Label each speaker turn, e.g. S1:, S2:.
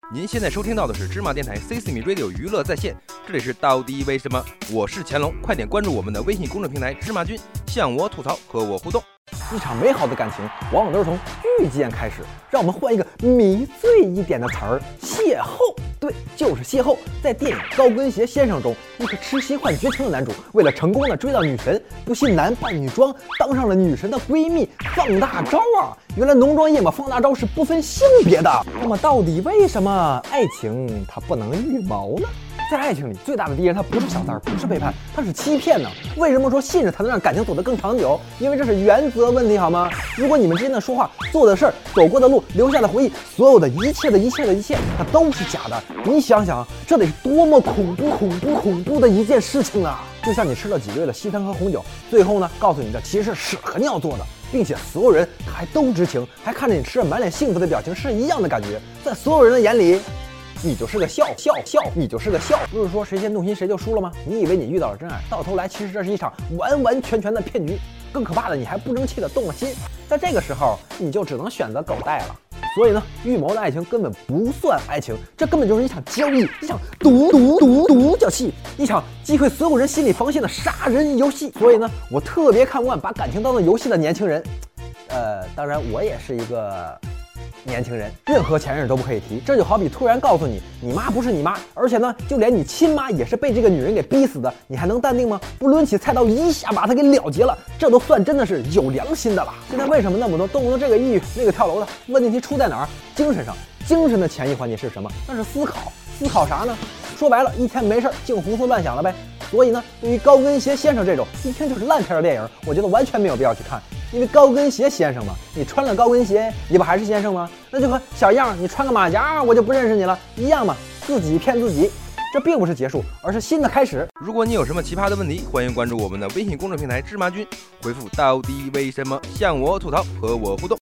S1: 您现在收听到的是芝麻电台 CCMI Radio 娱乐在线，这里是到底为什么？我是乾隆，快点关注我们的微信公众平台芝麻君，向我吐槽，和我互动。
S2: 一场美好的感情，往往都是从遇见开始。让我们换一个迷醉一点的词儿，邂逅。对，就是邂逅。在电影《高跟鞋先生》中，一个痴心换绝情的男主，为了成功的追到女神，不惜男扮女装，当上了女神的闺蜜。放大招啊！原来浓妆艳抹放大招是不分性别的。那么到底为什么爱情它不能预谋呢？在爱情里，最大的敌人它不是小三儿，不是背叛，它是欺骗呢。为什么说信任才能让感情走得更长久？因为这是原则问题，好吗？如果你们之间的说话、做的事儿、走过的路、留下的回忆，所有的一切，它都是假的。你想想，这得是多么恐怖的一件事情啊！就像你吃了几个月的西餐和红酒，最后呢，告诉你这其实是屎和尿做的，并且所有人还都知情，还看着你吃着满脸幸福的表情，是一样的感觉。在所有人的眼里，你就是个笑，你就是个笑。不是说谁先动心谁就输了吗？你以为你遇到了真爱，到头来其实这是一场完全的骗局。更可怕的，你还不争气的动了心。在这个时候，你就只能选择狗带了。所以呢，预谋的爱情根本不算爱情，这根本就是一场交易，一场独角戏，一场击溃所有人心理防线的杀人游戏。所以呢，我特别看不惯把感情当做游戏的年轻人。当然我也是一个年轻人，任何前任都不可以提。这就好比突然告诉你，你妈不是你妈，而且呢，就连你亲妈也是被这个女人给逼死的，你还能淡定吗？不抡起菜刀一下把她给了结了，这都算真的是有良心的了。现在为什么那么多动不动这个抑郁那个跳楼的？问题出在哪儿？精神上。精神的前一环节是什么？那是思考。思考啥呢？说白了，一天没事净胡思乱想了呗。所以呢，对于高跟鞋先生这种一听就是烂片的电影，我觉得完全没有必要去看。因为高跟鞋先生嘛，你穿了高跟鞋，你不还是先生吗？那就和小样，你穿个马甲，我就不认识你了一样嘛，自己骗自己。这并不是结束，而是新的开始。
S1: 如果你有什么奇葩的问题，欢迎关注我们的微信公众平台芝麻君，回复到底为什么，向我吐槽，和我互动。